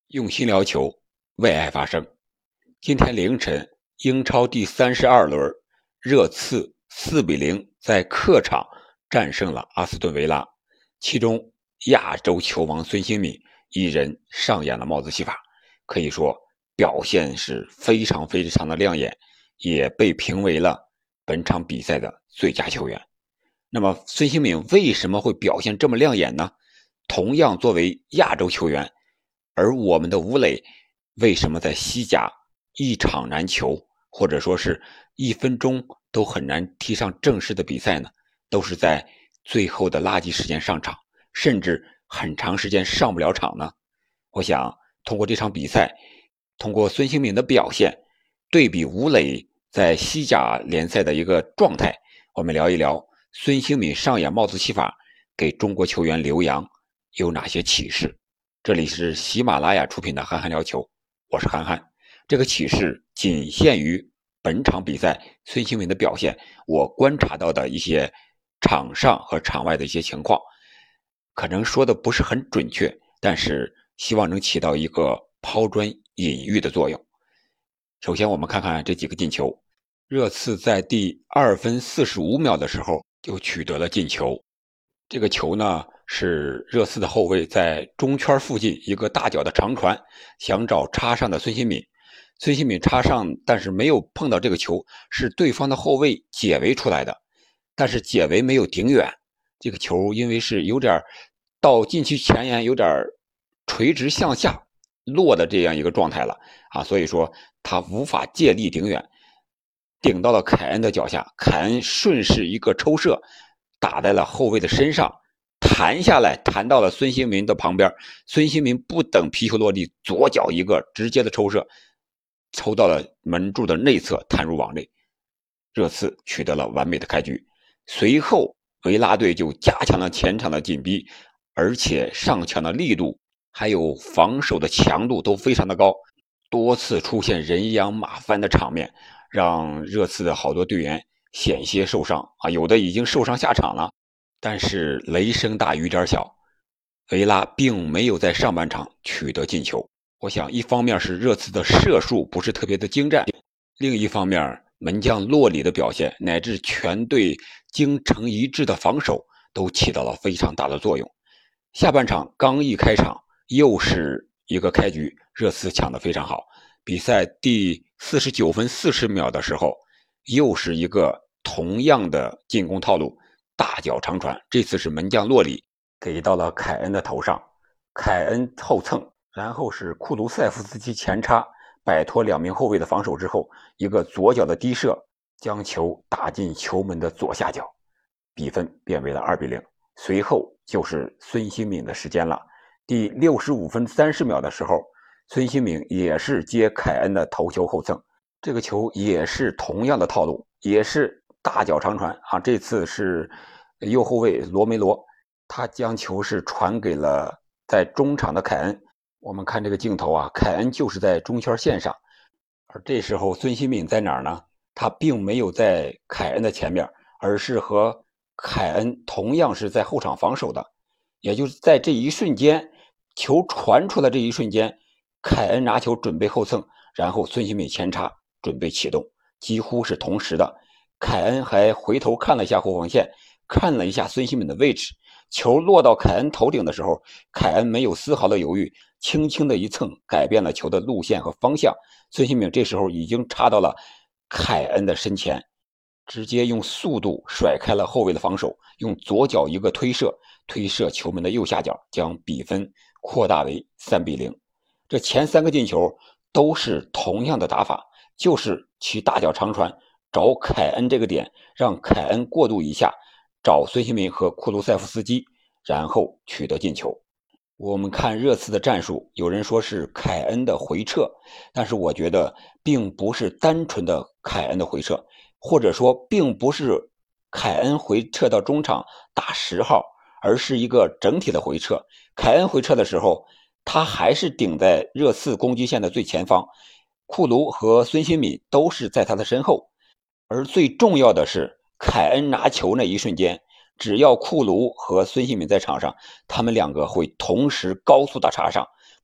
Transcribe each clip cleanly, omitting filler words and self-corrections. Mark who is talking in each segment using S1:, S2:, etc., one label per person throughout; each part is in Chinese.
S1: 用心聊球，为爱发声。今天凌晨，英超第32轮，热刺4-0在客场战胜了阿斯顿维拉，其中亚洲球王孙兴慜一人上演了帽子戏法，可以说表现是非常的亮眼，也被评为了本场比赛的最佳球员。那么孙兴慜为什么会表现这么亮眼呢？同样作为亚洲球员，而我们的吴磊为什么在西甲一场难求，或者说是1分钟都很难踢上正式的比赛呢？都是在最后的垃圾时间上场，甚至很长时间上不了场呢？我想通过这场比赛，通过孙兴慜的表现，对比吴磊在西甲联赛的一个状态，我们聊一聊孙兴慜上演帽子戏法给中国球员留洋有哪些启示。这里是喜马拉雅出品的憨憨聊球，我是憨憨。这个启示仅限于本场比赛孙兴慜的表现，我观察到的一些场上和场外的一些情况，可能说的不是很准确，但是希望能起到一个抛砖引玉的作用。首先我们看看这几个进球。热刺在第2分45秒的时候就取得了进球，这个球呢是热刺的后卫在中圈附近一个大脚的长传，想找插上的孙兴慜，孙兴慜插上，但是没有碰到这个球，是对方的后卫解围出来的，但是解围没有顶远，这个球因为是有点到禁区前沿有点垂直向下落的这样一个状态了啊，所以说他无法借力顶远，顶到了凯恩的脚下，凯恩顺势一个抽射打在了后卫的身上，弹下来弹到了孙兴慜的旁边，孙兴慜不等皮球落地，左脚一个直接的抽射，抽到了门柱的内侧，弹入网内，热刺取得了完美的开局。随后维拉队就加强了前场的紧逼，而且上抢的力度还有防守的强度都非常的高，多次出现人仰马翻的场面，让热刺的好多队员险些受伤啊，有的已经受伤下场了。但是雷声大雨点小，维拉并没有在上半场取得进球。我想一方面是热刺的射术不是特别的精湛，另一方面门将洛里的表现乃至全队精诚一致的防守都起到了非常大的作用。下半场刚一开场，又是一个开局，热刺抢得非常好。比赛第49分40秒的时候，又是一个同样的进攻套路，大脚长传，这次是门将洛里给到了凯恩的头上，凯恩后蹭，然后是库卢塞夫斯基前插，摆脱2名后卫的防守之后，一个左脚的低射将球打进球门的左下角，比分变为了2-0。随后就是孙兴慜的时间了，第65分30秒的时候，孙兴慜也是接凯恩的头球后蹭，这个球也是同样的套路，也是大脚长传啊，这次是右后卫罗梅罗，他将球是传给了在中场的凯恩。我们看这个镜头啊，凯恩就是在中圈线上，而这时候孙兴慜在哪儿呢？他并没有在凯恩的前面，而是和凯恩同样是在后场防守的，也就是在这一瞬间，球传出来这一瞬间，凯恩拿球准备后蹭，然后孙兴慜前插准备启动，几乎是同时的。凯恩还回头看了一下后防线，看了一下孙兴慜的位置，球落到凯恩头顶的时候，凯恩没有丝毫的犹豫，轻轻的一蹭，改变了球的路线和方向。孙兴慜这时候已经插到了凯恩的身前，直接用速度甩开了后卫的防守，用左脚一个推射球门的右下角，将比分扩大为3-0。这前3个进球都是同样的打法，就是其大脚长传找凯恩这个点，让凯恩过渡一下，找孙兴慜和库卢塞夫斯基，然后取得进球。我们看热刺的战术，有人说是凯恩的回撤，但是我觉得并不是单纯的凯恩的回撤，或者说并不是凯恩回撤到中场打10号，而是一个整体的回撤。凯恩回撤的时候，他还是顶在热刺攻击线的最前方，库卢和孙兴慜都是在他的身后，而最重要的是凯恩拿球那一瞬间，只要库卢和孙兴慜在场上，他们2个会同时高速的插上，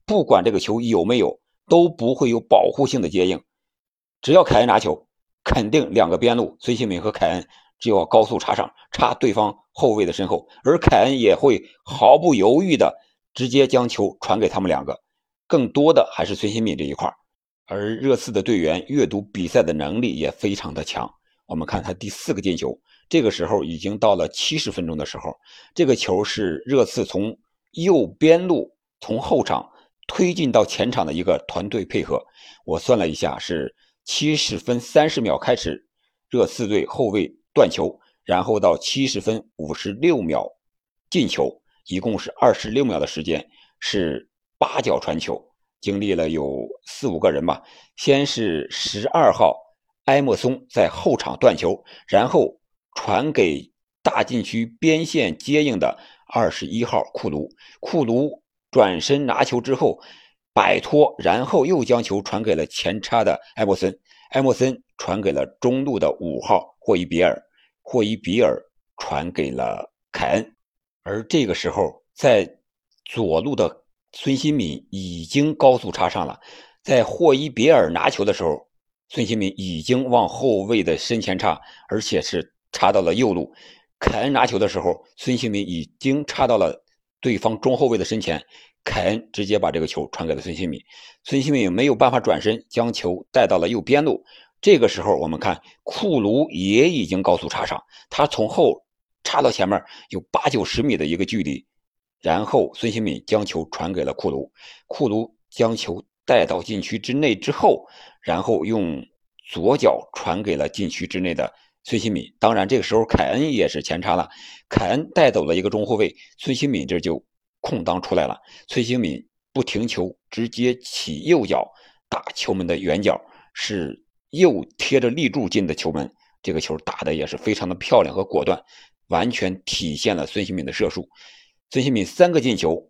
S1: 不管这个球有没有，都不会有保护性的接应。只要凯恩拿球，肯定两个边路孙兴慜和凯恩就要高速插上，插对方后卫的身后，而凯恩也会毫不犹豫的直接将球传给他们两个，更多的还是孙兴慜这一块。而热刺的队员阅读比赛的能力也非常的强。我们看他第4个进球，这个时候已经到了70分钟的时候，这个球是热刺从右边路从后场推进到前场的一个团队配合。我算了一下，是70分30秒开始，热刺队后卫断球，然后到70分56秒进球，一共是26秒的时间，是8脚传球，经历了有4、5个人吧。先是12号埃莫松在后场断球，然后传给大禁区边线接应的21号库卢，库卢转身拿球之后摆脱，然后又将球传给了前插的埃莫森，埃莫森传给了中路的5号霍伊比尔，霍伊比尔传给了凯恩。而这个时候在左路的孙兴慜已经高速插上了，在霍伊比尔拿球的时候，孙兴慜已经往后卫的身前插，而且是插到了右路。凯恩拿球的时候，孙兴慜已经插到了对方中后卫的身前，凯恩直接把这个球传给了孙兴慜，孙兴慜没有办法转身，将球带到了右边路。这个时候我们看库卢也已经高速插上，他从后插到前面有8、90米的一个距离，然后孙兴慜将球传给了库卢，库卢将球带到禁区之内之后，然后用左脚传给了禁区之内的孙兴慜。当然这个时候凯恩也是前插了，凯恩带走了一个中后卫，孙兴慜这就空当出来了，孙兴慜不停球直接起右脚打球门的远角，是右贴着立柱进的球门，这个球打的也是非常的漂亮和果断，完全体现了孙兴慜的射术。孙兴慜3个进球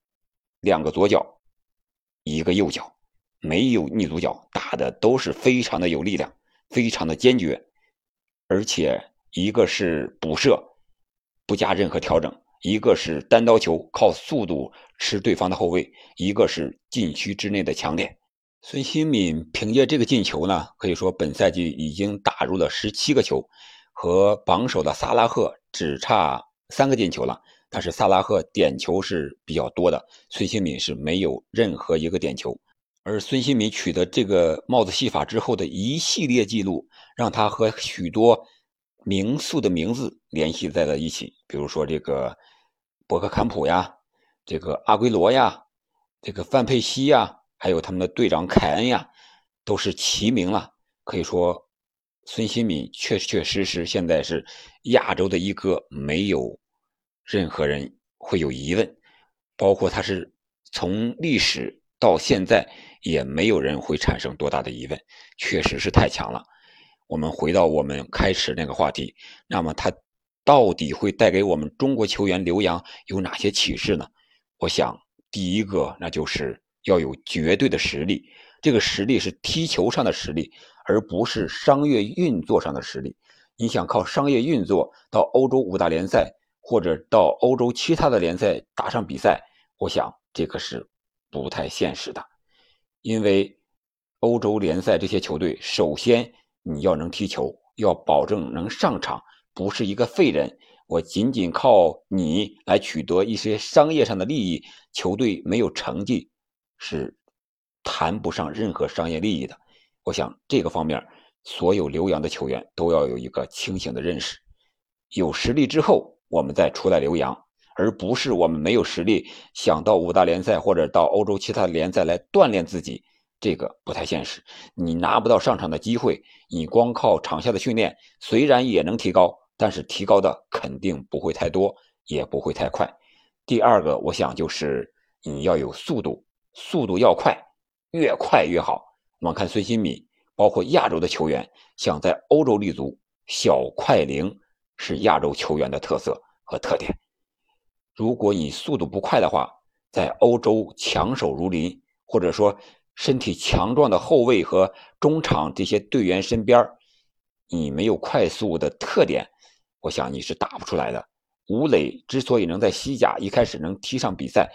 S1: ，2个左脚1个右脚，没有逆足脚，打的都是非常的有力量，非常的坚决，而且一个是补射不加任何调整，一个是单刀球靠速度吃对方的后卫，一个是禁区之内的强点。孙兴慜凭借这个进球呢，可以说本赛季已经打入了17个球，和榜首的萨拉赫只差3个进球了。但是萨拉赫点球是比较多的，孙兴慜是没有任何一个点球。而孙兴慜取得这个帽子戏法之后的一系列记录，让他和许多名宿的名字联系在了一起，比如说这个博克坎普呀，这个阿圭罗呀，这个范佩西呀，还有他们的队长凯恩呀，都是齐名了。可以说孙兴慜确确实实现在是亚洲的一哥，没有任何人会有疑问，包括他是从历史到现在也没有人会产生多大的疑问，确实是太强了。我们回到我们开始那个话题，那么他到底会带给我们中国球员留洋有哪些启示呢？我想第一个那就是要有绝对的实力，这个实力是踢球上的实力，而不是商业运作上的实力。你想靠商业运作到欧洲5大联赛或者到欧洲其他的联赛打上比赛，我想这个是不太现实的。因为欧洲联赛这些球队，首先你要能踢球，要保证能上场，不是一个废人。我仅仅靠你来取得一些商业上的利益，球队没有成绩是谈不上任何商业利益的。我想这个方面所有留洋的球员都要有一个清醒的认识，有实力之后我们再出来留洋，而不是我们没有实力想到5大联赛或者到欧洲其他联赛来锻炼自己，这个不太现实。你拿不到上场的机会，你光靠场下的训练虽然也能提高，但是提高的肯定不会太多，也不会太快。第二个我想就是你要有速度，速度要快，越快越好。我们看孙兴慜包括亚洲的球员想在欧洲立足，小快灵是亚洲球员的特色和特点。如果你速度不快的话，在欧洲强手如林，或者说身体强壮的后卫和中场这些队员身边，你没有快速的特点，我想你是打不出来的。吴磊之所以能在西甲一开始能踢上比赛，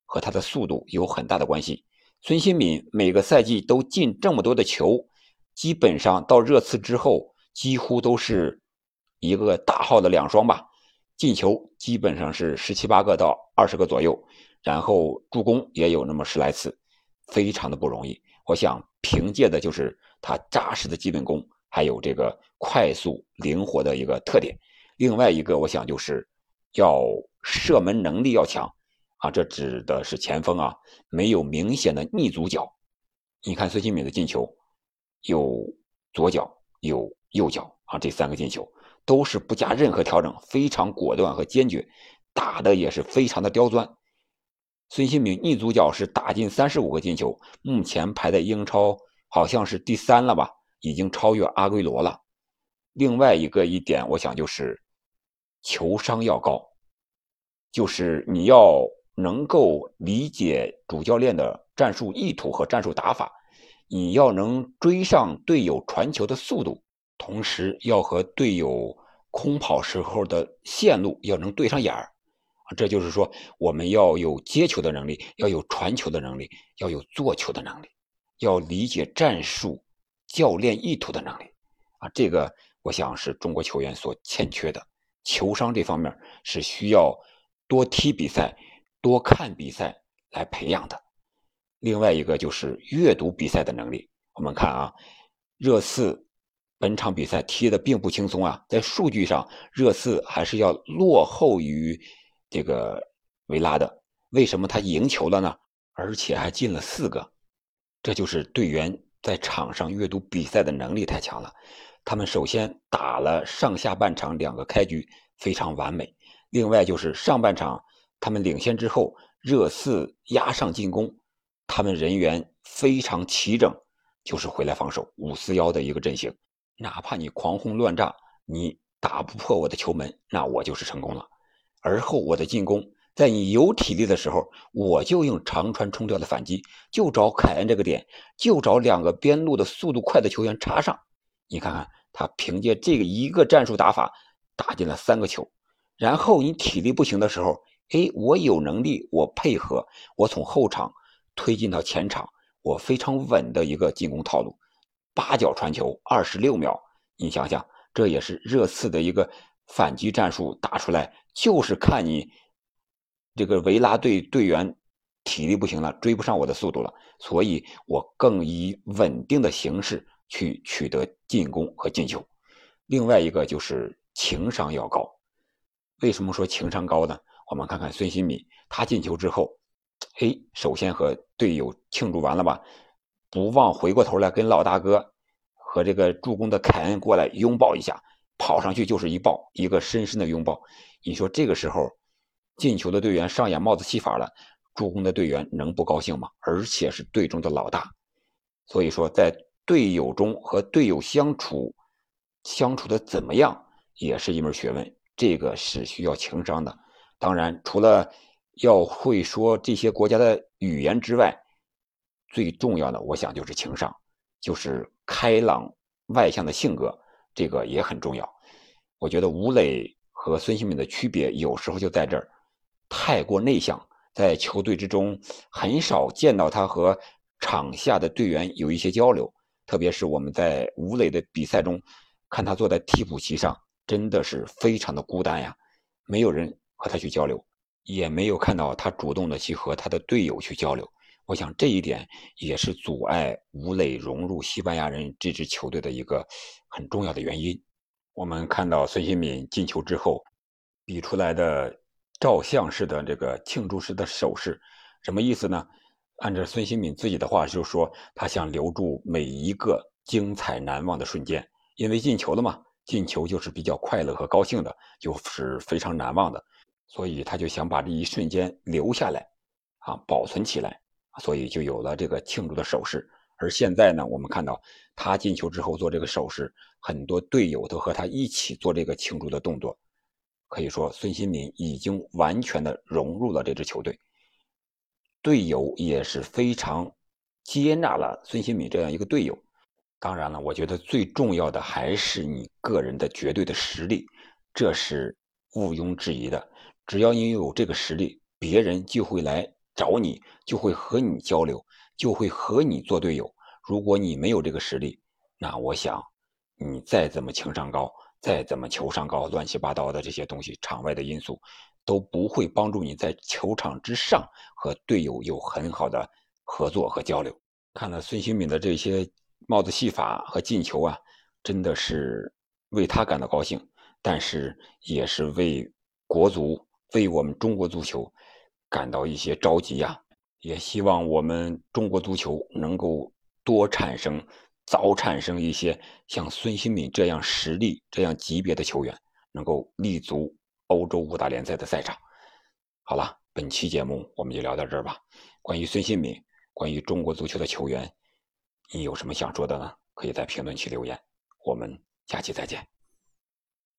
S1: 和他的速度有很大的关系。孙兴慜每个赛季都进这么多的球，基本上到热刺之后几乎都是一个大号的2双吧，进球基本上是17、8个到20个左右，然后助攻也有那么10来次，非常的不容易。我想凭借的就是他扎实的基本功，还有这个快速灵活的一个特点。另外一个我想就是要射门能力要强啊，这指的是前锋啊，没有明显的逆足脚。你看孙兴慜的进球，有左脚有右脚啊，这3个进球都是不加任何调整，非常果断和坚决，打的也是非常的刁钻。孙兴慜逆足脚是打进35个进球，目前排在英超好像是第3了吧，已经超越阿圭罗了。另外一点我想就是球商要高，就是你要能够理解主教练的战术意图和战术打法，你要能追上队友传球的速度，同时要和队友空跑时候的线路要能对上眼儿。这就是说我们要有接球的能力，要有传球的能力，要有做球的能力，要理解战术教练意图的能力啊，这个我想是中国球员所欠缺的。球商这方面是需要多踢比赛、多看比赛来培养的。另外一个就是阅读比赛的能力。我们看啊，热刺本场比赛踢的并不轻松啊，在数据上热刺还是要落后于这个维拉的。为什么他赢球了呢？而且还进了4个，这就是队员在场上阅读比赛的能力太强了。他们首先打了上下半场2个开局非常完美，另外就是上半场他们领先之后，热刺压上进攻，他们人员非常齐整，就是回来防守541的一个阵型，哪怕你狂轰乱炸，你打不破我的球门，那我就是成功了。而后我的进攻，在你有体力的时候，我就用长传冲吊的反击，就找凯恩这个点，就找2个边路的速度快的球员插上。你看看他凭借这个一个战术打法打进了3个球。然后你体力不行的时候，我有能力，我配合，我从后场推进到前场，我非常稳的一个进攻套路，8脚传球26秒，你想想，这也是热刺的一个反击战术打出来，就是看你这个维拉队队员体力不行了，追不上我的速度了，所以我更以稳定的形式去取得进攻和进球。另外一个就是情商要高。为什么说情商高呢？我们看看孙兴慜，他进球之后，首先和队友庆祝完了吧，不忘回过头来跟老大哥和这个助攻的凯恩过来拥抱一下，跑上去就是一抱，一个深深的拥抱。你说这个时候进球的队员上演帽子戏法了，助攻的队员能不高兴吗？而且是队中的老大。所以说在队友中和队友相处的怎么样也是一门学问，这个是需要情商的。当然除了要会说这些国家的语言之外，最重要的我想就是情商，就是开朗外向的性格，这个也很重要。我觉得吴磊和孙兴慜的区别有时候就在这儿，太过内向，在球队之中很少见到他和场下的队员有一些交流，特别是我们在吴磊的比赛中看他坐在替补席上，真的是非常的孤单呀，没有人和他去交流，也没有看到他主动的去和他的队友去交流。我想这一点也是阻碍吴磊融入西班牙人这支球队的一个很重要的原因。我们看到孙兴慜进球之后比出来的照相式的这个庆祝式的手势，什么意思呢？按照孙兴慜自己的话就是说，他想留住每一个精彩难忘的瞬间，因为进球了嘛，进球就是比较快乐和高兴的，就是非常难忘的，所以他就想把这一瞬间留下来啊，保存起来，所以就有了这个庆祝的手势。而现在呢，我们看到他进球之后做这个手势，很多队友都和他一起做这个庆祝的动作。可以说孙兴慜已经完全的融入了这支球队，队友也是非常接纳了孙兴慜这样一个队友。当然了，我觉得最重要的还是你个人的绝对的实力，这是毋庸置疑的。只要你有这个实力，别人就会来找你，就会和你交流，就会和你做队友。如果你没有这个实力，那我想你再怎么情商高，再怎么球商高，乱七八糟的这些东西，场外的因素都不会帮助你在球场之上和队友有很好的合作和交流。看了孙兴慜的这些帽子戏法和进球啊，真的是为他感到高兴，但是也是为国足、为我们中国足球感到一些着急呀。也希望我们中国足球能够早产生一些像孙兴慜这样实力、这样级别的球员，能够立足欧洲五大联赛的赛场。好了，本期节目我们就聊到这儿吧。关于孙兴慜，关于中国足球的球员，你有什么想说的呢？可以在评论区留言。我们下期再见。